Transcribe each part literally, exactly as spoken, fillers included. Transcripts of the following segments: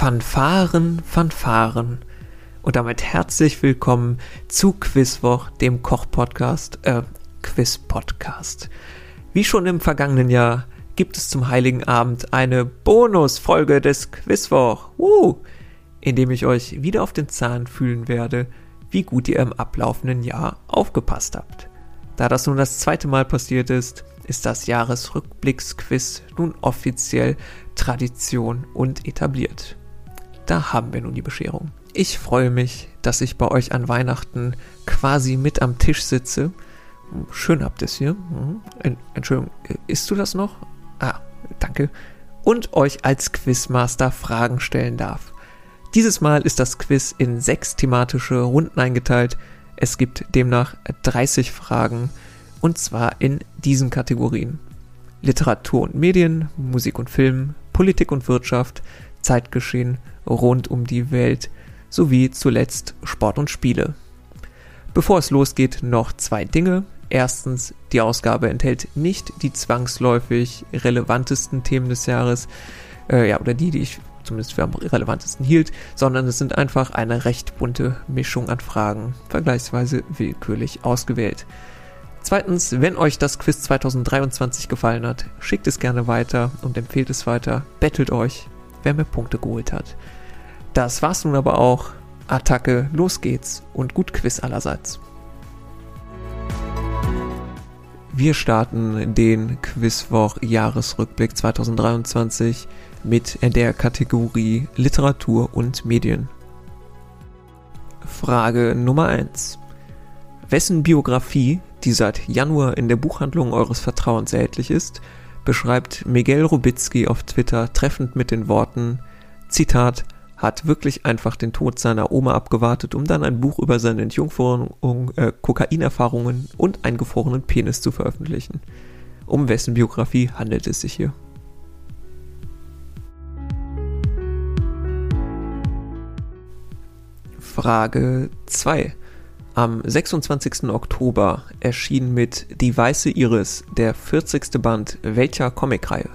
Fanfaren, Fanfaren. Und damit herzlich willkommen zu Quizwoch, dem Koch-Podcast, äh, Quiz-Podcast. Wie schon im vergangenen Jahr gibt es zum Heiligen Abend eine Bonusfolge des Quizwoch, uh, in dem ich euch wieder auf den Zahn fühlen werde, wie gut ihr im ablaufenden Jahr aufgepasst habt. Da das nun das zweite Mal passiert ist, ist das Jahresrückblicksquiz nun offiziell Tradition und etabliert. Da haben wir nun die Bescherung. Ich freue mich, dass ich bei euch an Weihnachten quasi mit am Tisch sitze. Schön habt ihr es hier. Entschuldigung, isst du das noch? Ah, danke. Und euch als Quizmaster Fragen stellen darf. Dieses Mal ist das Quiz in sechs thematische Runden eingeteilt. Es gibt demnach dreißig Fragen, und zwar in diesen Kategorien: Literatur und Medien, Musik und Film, Politik und Wirtschaft, Zeitgeschehen rund um die Welt sowie zuletzt Sport und Spiele. Bevor es losgeht, noch zwei Dinge. Erstens, die Ausgabe enthält nicht die zwangsläufig relevantesten Themen des Jahres, äh, ja, oder die, die ich zumindest für am relevantesten hielt, sondern es sind einfach eine recht bunte Mischung an Fragen, vergleichsweise willkürlich ausgewählt. Zweitens, wenn euch das Quiz zwanzig dreiundzwanzig gefallen hat, schickt es gerne weiter und empfehlt es weiter, bettelt euch, wer mehr Punkte geholt hat. Das war's nun aber auch. Attacke, los geht's und gut Quiz allerseits. Wir starten den Quizwoch Jahresrückblick zwanzig dreiundzwanzig mit der Kategorie Literatur und Medien. Frage Nummer eins. Wessen Biografie, die seit Januar in der Buchhandlung eures Vertrauens erhältlich ist, beschreibt Miguel Rubitzky auf Twitter treffend mit den Worten, Zitat, hat wirklich einfach den Tod seiner Oma abgewartet, um dann ein Buch über seine Entjungferung, äh, Kokainerfahrungen und eingefrorenen Penis zu veröffentlichen. Um wessen Biografie handelt es sich hier? Frage zwei. Am sechsundzwanzigsten Oktober erschien mit Die Weiße Iris der vierzigste Band welcher Comicreihe?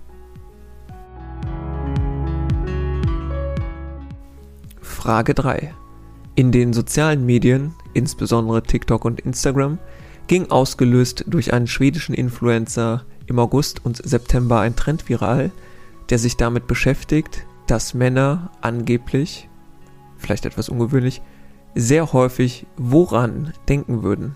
Frage drei. In den sozialen Medien, insbesondere TikTok und Instagram, ging ausgelöst durch einen schwedischen Influencer im August und September ein Trend viral, der sich damit beschäftigt, dass Männer angeblich, vielleicht etwas ungewöhnlich, sehr häufig woran denken würden.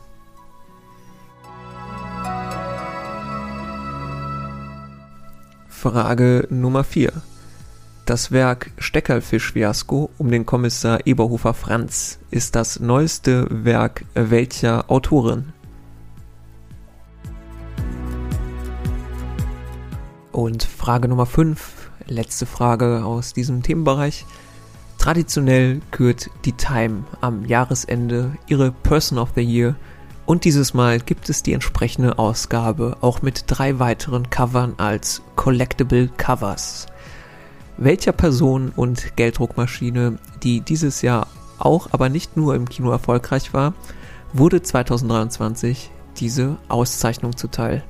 Frage Nummer vier. Das Werk Steckerlfisch-Fiasko um den Kommissar Eberhofer Franz ist das neueste Werk welcher Autorin? Und Frage Nummer fünf, letzte Frage aus diesem Themenbereich. Traditionell kürt die Time am Jahresende ihre Person of the Year und dieses Mal gibt es die entsprechende Ausgabe auch mit drei weiteren Covern als Collectible Covers. Welcher Person und Gelddruckmaschine, die dieses Jahr auch, aber nicht nur im Kino erfolgreich war, wurde zwanzig dreiundzwanzig diese Auszeichnung zuteil?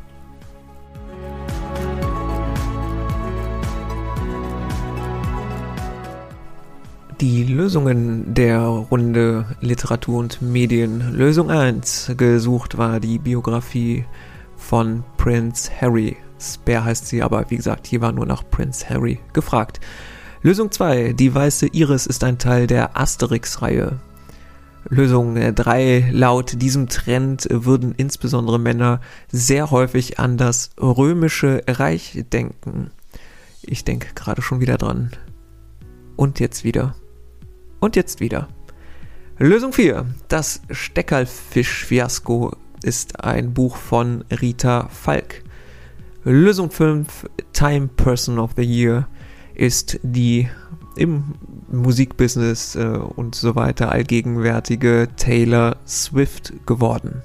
Die Lösungen der Runde Literatur und Medien. Lösung eins. Gesucht war die Biografie von Prince Harry. Spare heißt sie, aber wie gesagt, hier war nur nach Prince Harry gefragt. Lösung zwei. Die Weiße Iris ist ein Teil der Asterix-Reihe. Lösung drei. Laut diesem Trend würden insbesondere Männer sehr häufig an das Römische Reich denken. Ich denke gerade schon wieder dran. Und jetzt wieder. Und jetzt wieder. Lösung vier. Das Steckerlfisch-Fiasko ist ein Buch von Rita Falk. Lösung fünf. Time Person of the Year ist die im Musikbusiness äh, und so weiter allgegenwärtige Taylor Swift geworden.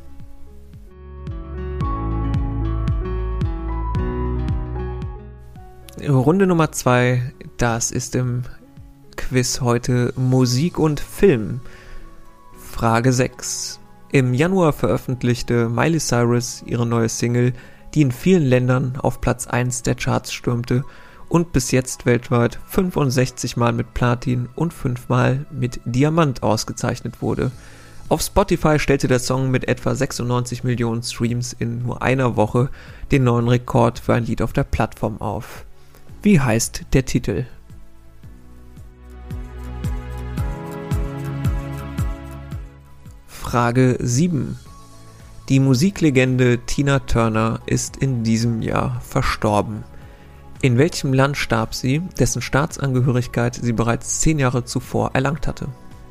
Runde Nummer zwei, das ist im Quiz heute Musik und Film. Frage sechs. Im Januar veröffentlichte Miley Cyrus ihre neue Single, die in vielen Ländern auf Platz eins der Charts stürmte und bis jetzt weltweit fünfundsechzig Mal mit Platin und fünf Mal mit Diamant ausgezeichnet wurde. Auf Spotify stellte der Song mit etwa sechsundneunzig Millionen Streams in nur einer Woche den neuen Rekord für ein Lied auf der Plattform auf. Wie heißt der Titel? Frage sieben. Die Musiklegende Tina Turner ist in diesem Jahr verstorben. In welchem Land starb sie, dessen Staatsangehörigkeit sie bereits zehn Jahre zuvor erlangt hatte?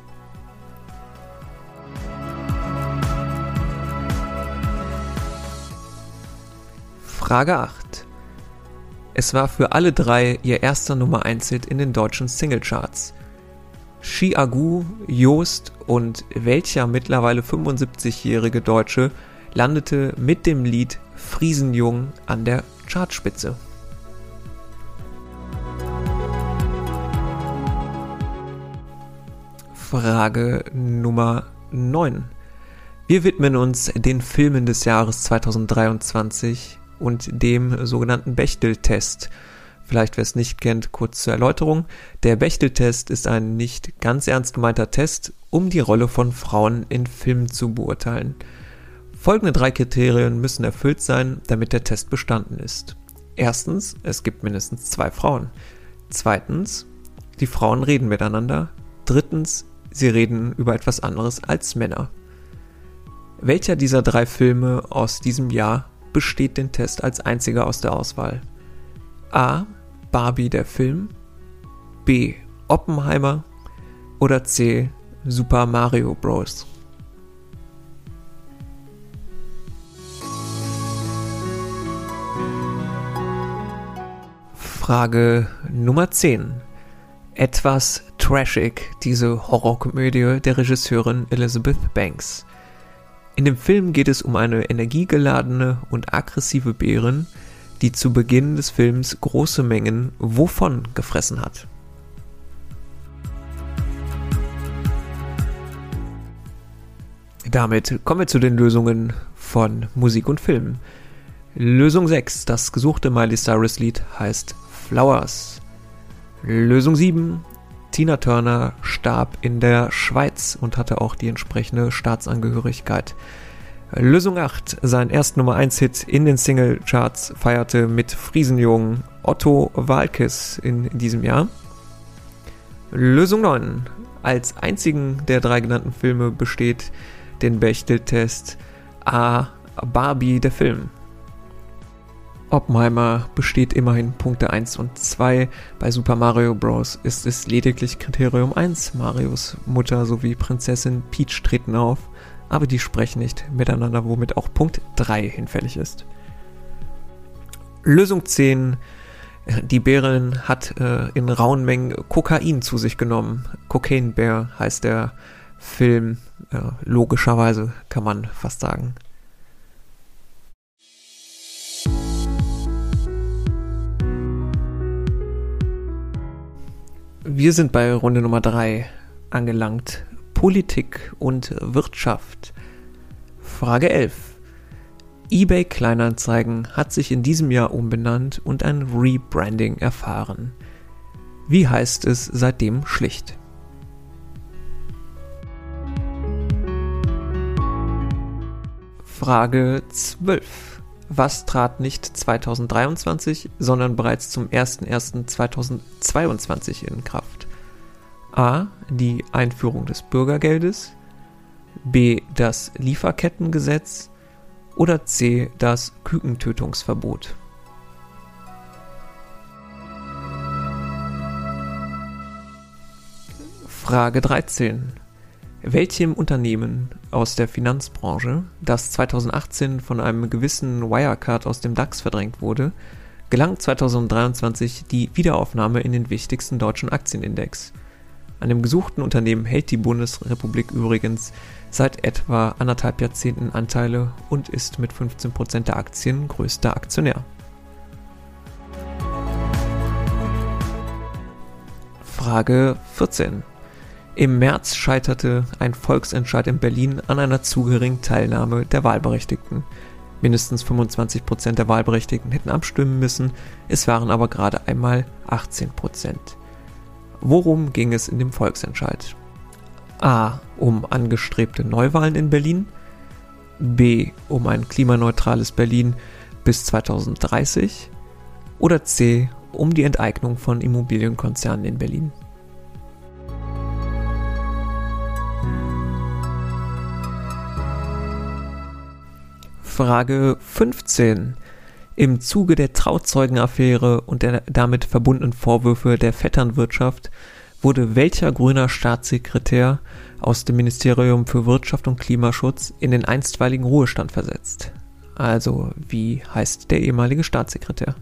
Frage acht. Es war für alle drei ihr erster Nummer eins Hit in den deutschen Singlecharts. Chiagu, Joost und welcher mittlerweile fünfundsiebzigjährige Deutsche landete mit dem Lied Friesenjung an der Chartspitze? Frage Nummer neun. Wir widmen uns den Filmen des Jahres zweitausenddreiundzwanzig und dem sogenannten Bechdel-Test. Vielleicht wer es nicht kennt, kurz zur Erläuterung. Der Bechdel-Test ist ein nicht ganz ernst gemeinter Test, um die Rolle von Frauen in Filmen zu beurteilen. Folgende drei Kriterien müssen erfüllt sein, damit der Test bestanden ist. Erstens, es gibt mindestens zwei Frauen. Zweitens, die Frauen reden miteinander. Drittens, sie reden über etwas anderes als Männer. Welcher dieser drei Filme aus diesem Jahr besteht den Test als einziger aus der Auswahl? A. Barbie der Film, B. Oppenheimer oder C. Super Mario Bros. Frage Nummer zehn. Etwas trashig, diese Horrorkomödie der Regisseurin Elizabeth Banks. In dem Film geht es um eine energiegeladene und aggressive Bärin, die zu Beginn des Films große Mengen wovon gefressen hat. Damit kommen wir zu den Lösungen von Musik und Film. Lösung sechs. Das gesuchte Miley Cyrus Lied heißt Flowers. Lösung sieben. Tina Turner starb in der Schweiz und hatte auch die entsprechende Staatsangehörigkeit. Lösung acht. Sein erst Nummer eins Hit in den Singlecharts feierte mit Friesenjung Otto Waalkes in diesem Jahr. Lösung neun. Als einzigen der drei genannten Filme besteht den Bechdel-Test A. Barbie der Film. Oppenheimer besteht immerhin Punkte eins und zwei. Bei Super Mario Bros. Ist es lediglich Kriterium eins. Marios Mutter sowie Prinzessin Peach treten auf, aber die sprechen nicht miteinander, womit auch Punkt drei hinfällig ist. Lösung zehn. Die Bärin hat äh, in rauen Mengen Kokain zu sich genommen. Cocaine Bear heißt der Film. Äh, logischerweise kann man fast sagen. Wir sind bei Runde Nummer drei angelangt. Politik und Wirtschaft. Frage elf. eBay Kleinanzeigen hat sich in diesem Jahr umbenannt und ein Rebranding erfahren. Wie heißt es seitdem schlicht? Frage zwölf. Was trat nicht zweitausenddreiundzwanzig, sondern bereits zum erster erster zweitausendzweiundzwanzig in Kraft? A. Die Einführung des Bürgergeldes, B. das Lieferkettengesetz oder C. das Kükentötungsverbot? Frage dreizehn. Welchem Unternehmen aus der Finanzbranche, das zweitausendachtzehn von einem gewissen Wirecard aus dem DAX verdrängt wurde, gelang zweitausenddreiundzwanzig die Wiederaufnahme in den wichtigsten deutschen Aktienindex? An dem gesuchten Unternehmen hält die Bundesrepublik übrigens seit etwa anderthalb Jahrzehnten Anteile und ist mit fünfzehn Prozent der Aktien größter Aktionär. Frage vierzehn. Im März scheiterte ein Volksentscheid in Berlin an einer zu geringen Teilnahme der Wahlberechtigten. Mindestens fünfundzwanzig Prozent der Wahlberechtigten hätten abstimmen müssen, es waren aber gerade einmal achtzehn Prozent. Worum ging es in dem Volksentscheid? A. Um angestrebte Neuwahlen in Berlin. B. Um ein klimaneutrales Berlin bis zweitausenddreißig. Oder C. Um die Enteignung von Immobilienkonzernen in Berlin. Frage fünfzehn. Im Zuge der Trauzeugenaffäre und der damit verbundenen Vorwürfe der Vetternwirtschaft wurde welcher grüner Staatssekretär aus dem Ministerium für Wirtschaft und Klimaschutz in den einstweiligen Ruhestand versetzt? Also, wie heißt der ehemalige Staatssekretär?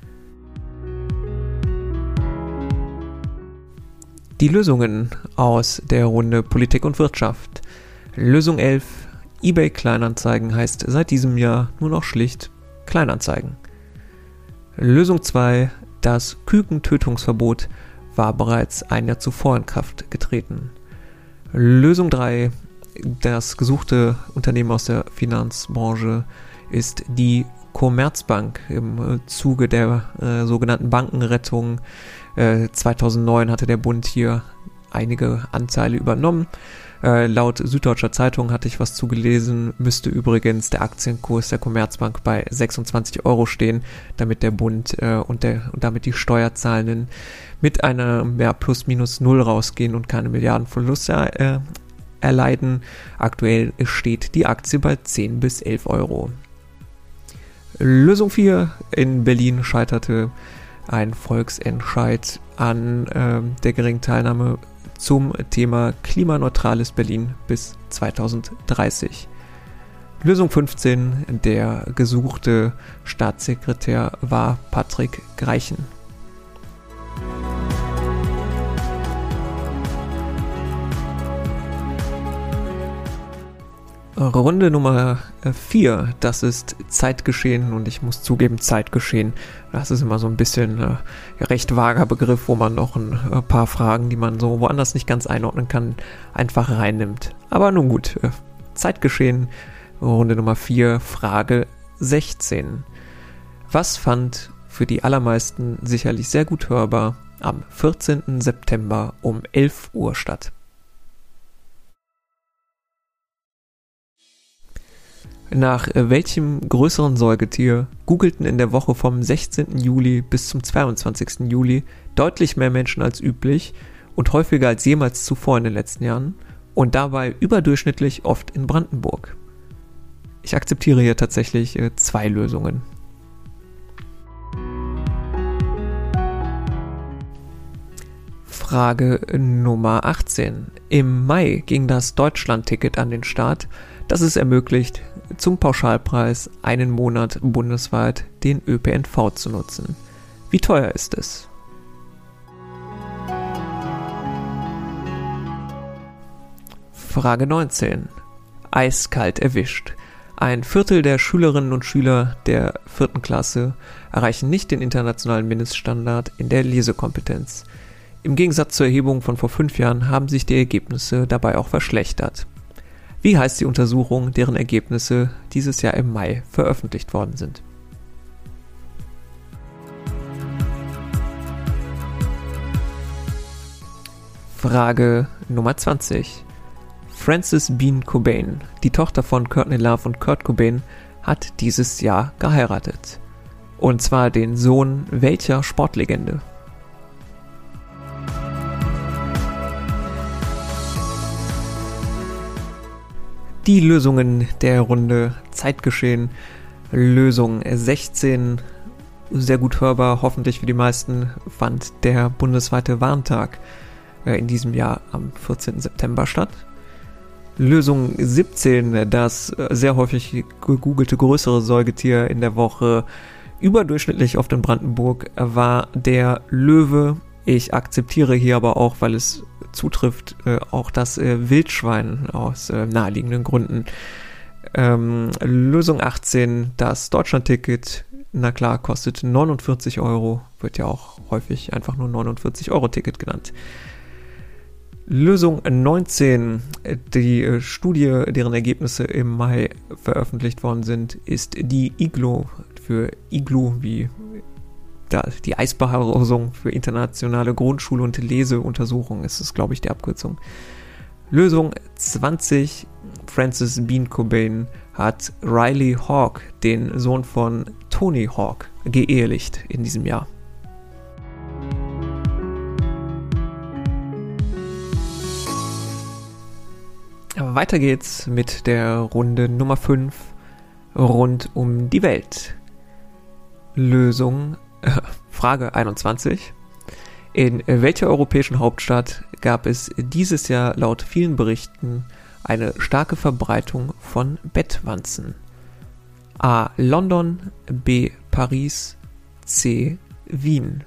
Die Lösungen aus der Runde Politik und Wirtschaft. Lösung elf. eBay Kleinanzeigen heißt seit diesem Jahr nur noch schlicht Kleinanzeigen. Lösung zwei. Das Kükentötungsverbot war bereits ein Jahr zuvor in Kraft getreten. Lösung drei. Das gesuchte Unternehmen aus der Finanzbranche ist die Commerzbank. Im Zuge der äh, sogenannten Bankenrettung äh, zweitausendneun hatte der Bund hier einige Anteile übernommen. Äh, laut Süddeutscher Zeitung hatte ich was zugelesen, müsste übrigens der Aktienkurs der Commerzbank bei sechsundzwanzig Euro stehen, damit der Bund äh, und, der, und damit die Steuerzahlenden mit einer ja, plus minus null rausgehen und keine Milliardenverluste äh, erleiden. Aktuell steht die Aktie bei zehn bis elf Euro. Lösung vier. In Berlin scheiterte ein Volksentscheid an äh, der geringen Teilnahme zum Thema klimaneutrales Berlin bis zweitausenddreißig. Lösung fünfzehn. Der gesuchte Staatssekretär war Patrick Greichen. Runde Nummer vier, das ist Zeitgeschehen, und ich muss zugeben, Zeitgeschehen, das ist immer so ein bisschen äh, recht vager Begriff, wo man noch ein äh, paar Fragen, die man so woanders nicht ganz einordnen kann, einfach reinnimmt. Aber nun gut, äh, Zeitgeschehen, Runde Nummer vier, Frage sechzehn. Was fand für die allermeisten sicherlich sehr gut hörbar am vierzehnten September um elf Uhr statt? Nach welchem größeren Säugetier googelten in der Woche vom sechzehnten Juli bis zum zweiundzwanzigsten Juli deutlich mehr Menschen als üblich und häufiger als jemals zuvor in den letzten Jahren und dabei überdurchschnittlich oft in Brandenburg? Ich akzeptiere hier tatsächlich äh, zwei Lösungen. Frage Nummer achtzehn. Im Mai ging das Deutschland-Ticket an den Start, das es ermöglicht, zum Pauschalpreis einen Monat bundesweit den Ö P N V zu nutzen. Wie teuer ist es? Frage neunzehn. Eiskalt erwischt. Ein Viertel der Schülerinnen und Schüler der vierten Klasse erreichen nicht den internationalen Mindeststandard in der Lesekompetenz. Im Gegensatz zur Erhebung von vor fünf Jahren haben sich die Ergebnisse dabei auch verschlechtert. Wie heißt die Untersuchung, deren Ergebnisse dieses Jahr im Mai veröffentlicht worden sind? Frage Nummer zwanzig. Frances Bean Cobain, die Tochter von Courtney Love und Kurt Cobain, hat dieses Jahr geheiratet. Und zwar den Sohn welcher Sportlegende? Die Lösungen der Runde Zeitgeschehen. Lösung sechzehn, sehr gut hörbar, hoffentlich für die meisten, fand der bundesweite Warntag äh, in diesem Jahr am vierzehnten September statt. Lösung siebzehn, das äh, sehr häufig gegoogelte größere Säugetier in der Woche, überdurchschnittlich oft in Brandenburg, war der Löwe. Ich akzeptiere hier aber auch, weil es zutrifft, äh, auch das äh, Wildschwein aus äh, naheliegenden Gründen. Ähm, Lösung achtzehn, das Deutschland-Ticket, na klar, kostet neunundvierzig Euro, wird ja auch häufig einfach nur neunundvierzig Euro Ticket genannt. Lösung neunzehn, die Studie, deren Ergebnisse im Mai veröffentlicht worden sind, ist die I G L O, für Igloo wie die Eisbehausung für internationale Grundschule- und Leseuntersuchung, ist es, glaube ich, die Abkürzung. Lösung zwanzig, Francis Bean Cobain hat Riley Hawk, den Sohn von Tony Hawk, geehelicht in diesem Jahr. Weiter geht's mit der Runde Nummer fünf, rund um die Welt. Lösung, äh, Frage einundzwanzig. In welcher europäischen Hauptstadt gab es dieses Jahr laut vielen Berichten eine starke Verbreitung von Bettwanzen? A. London, B. Paris, C. Wien.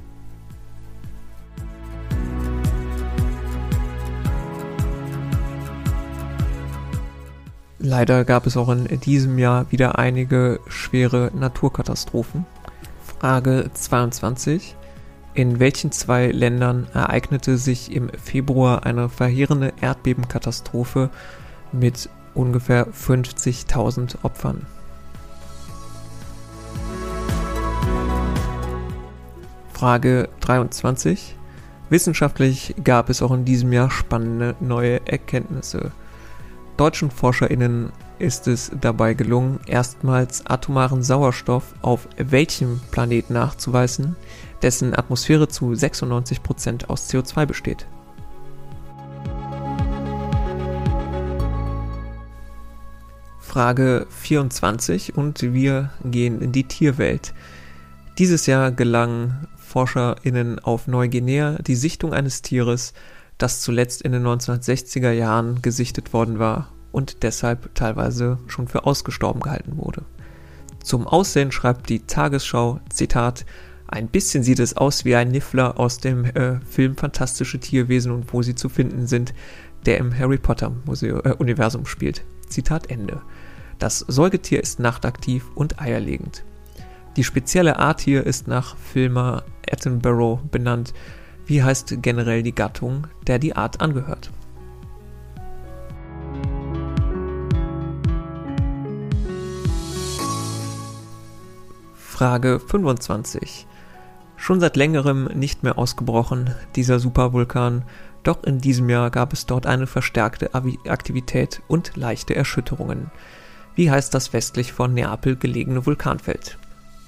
Leider gab es auch in diesem Jahr wieder einige schwere Naturkatastrophen. Frage zweiundzwanzig. In welchen zwei Ländern ereignete sich im Februar eine verheerende Erdbebenkatastrophe mit ungefähr fünfzigtausend Opfern? Frage dreiundzwanzig. Wissenschaftlich gab es auch in diesem Jahr spannende neue Erkenntnisse. Deutschen ForscherInnen ist es dabei gelungen, erstmals atomaren Sauerstoff auf welchem Planeten nachzuweisen, dessen Atmosphäre zu sechsundneunzig Prozent aus C O zwei besteht. Frage vierundzwanzig und wir gehen in die Tierwelt. Dieses Jahr gelang ForscherInnen auf Neuguinea die Sichtung eines Tieres, das zuletzt in den neunzehnhundertsechziger Jahren gesichtet worden war und deshalb teilweise schon für ausgestorben gehalten wurde. Zum Aussehen schreibt die Tagesschau, Zitat, ein bisschen sieht es aus wie ein Niffler aus dem äh, Film Fantastische Tierwesen und wo sie zu finden sind, der im Harry Potter Museum, äh, Universum spielt. Zitat Ende. Das Säugetier ist nachtaktiv und eierlegend. Die spezielle Art hier ist nach Filmer Attenborough benannt. Wie heißt generell die Gattung, der die Art angehört? Frage fünfundzwanzig. Schon seit längerem nicht mehr ausgebrochen, dieser Supervulkan, doch in diesem Jahr gab es dort eine verstärkte Aktivität und leichte Erschütterungen. Wie heißt das westlich von Neapel gelegene Vulkanfeld?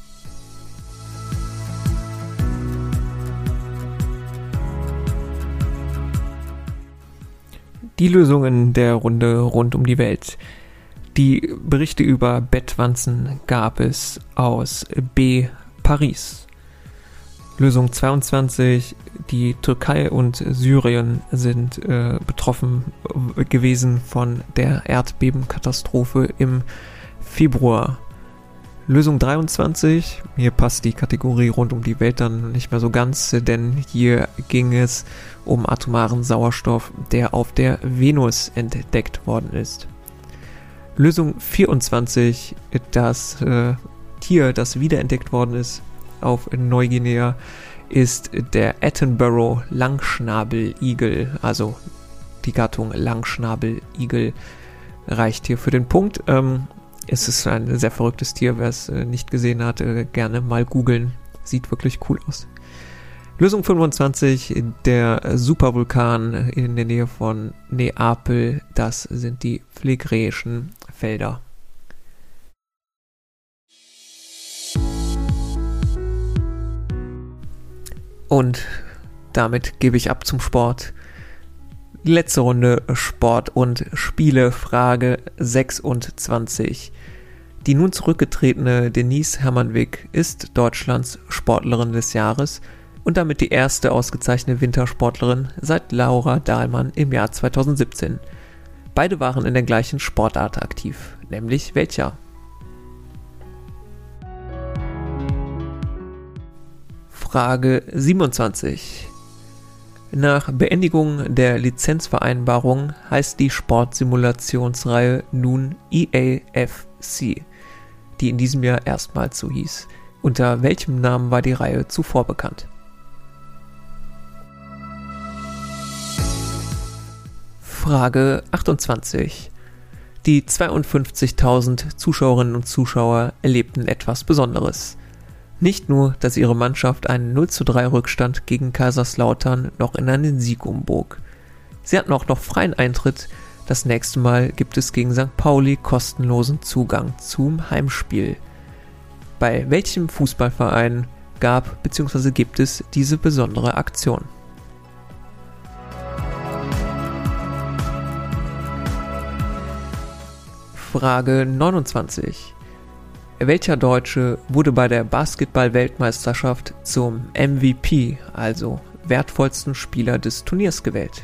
Die Lösungen der Runde rund um die Welt. Die Berichte über Bettwanzen gab es aus B. Paris. Lösung zweiundzwanzig. Die Türkei und Syrien sind äh, betroffen gewesen von der Erdbebenkatastrophe im Februar. Lösung dreiundzwanzig. Hier passt die Kategorie rund um die Welt dann nicht mehr so ganz, denn hier ging es um atomaren Sauerstoff, der auf der Venus entdeckt worden ist. Lösung vierundzwanzig. Das äh, Tier, das wiederentdeckt worden ist auf Neuguinea, ist der Attenborough Langschnabeligel, also die Gattung Langschnabeligel reicht hier für den Punkt. Ähm, es ist ein sehr verrücktes Tier, wer es äh, nicht gesehen hat, äh, gerne mal googeln, sieht wirklich cool aus. Lösung fünfundzwanzig, der Supervulkan in der Nähe von Neapel, das sind die Phlegräischen Felder. Und damit gebe ich ab zum Sport. Die letzte Runde Sport und Spiele, Frage sechsundzwanzig. Die nun zurückgetretene Denise Hermann-Wick ist Deutschlands Sportlerin des Jahres und damit die erste ausgezeichnete Wintersportlerin seit Laura Dahlmann im Jahr zweitausendsiebzehn. Beide waren in der gleichen Sportart aktiv, nämlich welcher? Frage siebenundzwanzig. Nach Beendigung der Lizenzvereinbarung heißt die Sportsimulationsreihe nun E A F C, die in diesem Jahr erstmals so hieß. Unter welchem Namen war die Reihe zuvor bekannt? Frage achtundzwanzig. Die zweiundfünfzigtausend Zuschauerinnen und Zuschauer erlebten etwas Besonderes. Nicht nur, dass ihre Mannschaft einen null zu drei Rückstand gegen Kaiserslautern noch in einen Sieg umbog. Sie hatten auch noch freien Eintritt. Das nächste Mal gibt es gegen Sankt Pauli kostenlosen Zugang zum Heimspiel. Bei welchem Fußballverein gab bzw. gibt es diese besondere Aktion? Frage neunundzwanzig. Welcher Deutsche wurde bei der Basketball-Weltmeisterschaft zum M V P, also wertvollsten Spieler des Turniers, gewählt?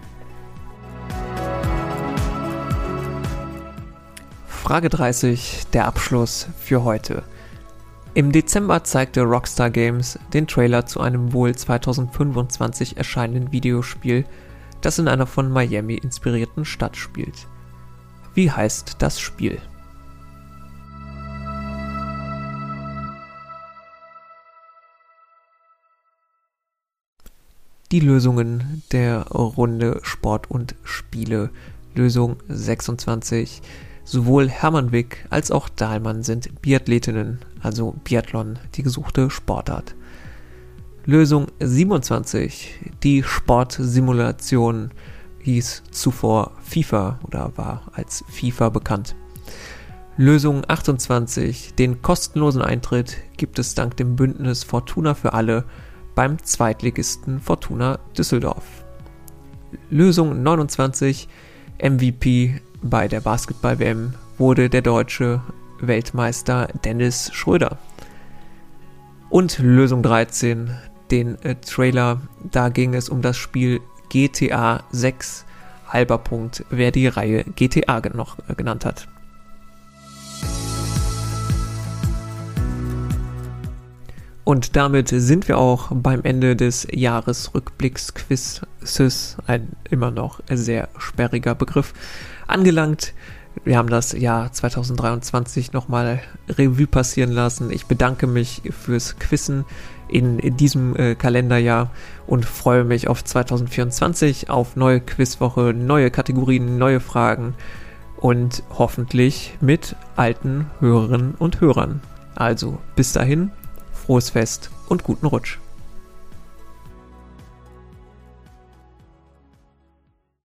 Frage dreißig, der Abschluss für heute. Im Dezember zeigte Rockstar Games den Trailer zu einem wohl zweitausendfünfundzwanzig erscheinenden Videospiel, das in einer von Miami inspirierten Stadt spielt. Wie heißt das Spiel? Die Lösungen der Runde Sport und Spiele. Lösung sechsundzwanzig. Sowohl Hermann Wick als auch Dahlmann sind Biathletinnen, also Biathlon, die gesuchte Sportart. Lösung siebenundzwanzig. Die Sportsimulation hieß zuvor FIFA oder war als FIFA bekannt. Lösung achtundzwanzig. Den kostenlosen Eintritt gibt es dank dem Bündnis Fortuna für alle beim Zweitligisten Fortuna Düsseldorf. Lösung neunundzwanzig. M V P bei der Basketball-W M wurde der deutsche Weltmeister Dennis Schröder. Und Lösung dreizehn. Den äh, Trailer, da ging es um das Spiel G T A sechs, halber Punkt, wer die Reihe G T A noch äh, genannt hat. Und damit sind wir auch beim Ende des Jahresrückblicks-Quizzes, ein immer noch sehr sperriger Begriff, angelangt. Wir haben das Jahr zweitausenddreiundzwanzig nochmal Revue passieren lassen. Ich bedanke mich fürs Quizzen in, in diesem äh, Kalenderjahr und freue mich auf zweitausendvierundzwanzig, auf neue Quizwoche, neue Kategorien, neue Fragen und hoffentlich mit alten Hörerinnen und Hörern. Also bis dahin, frohes Fest und guten Rutsch.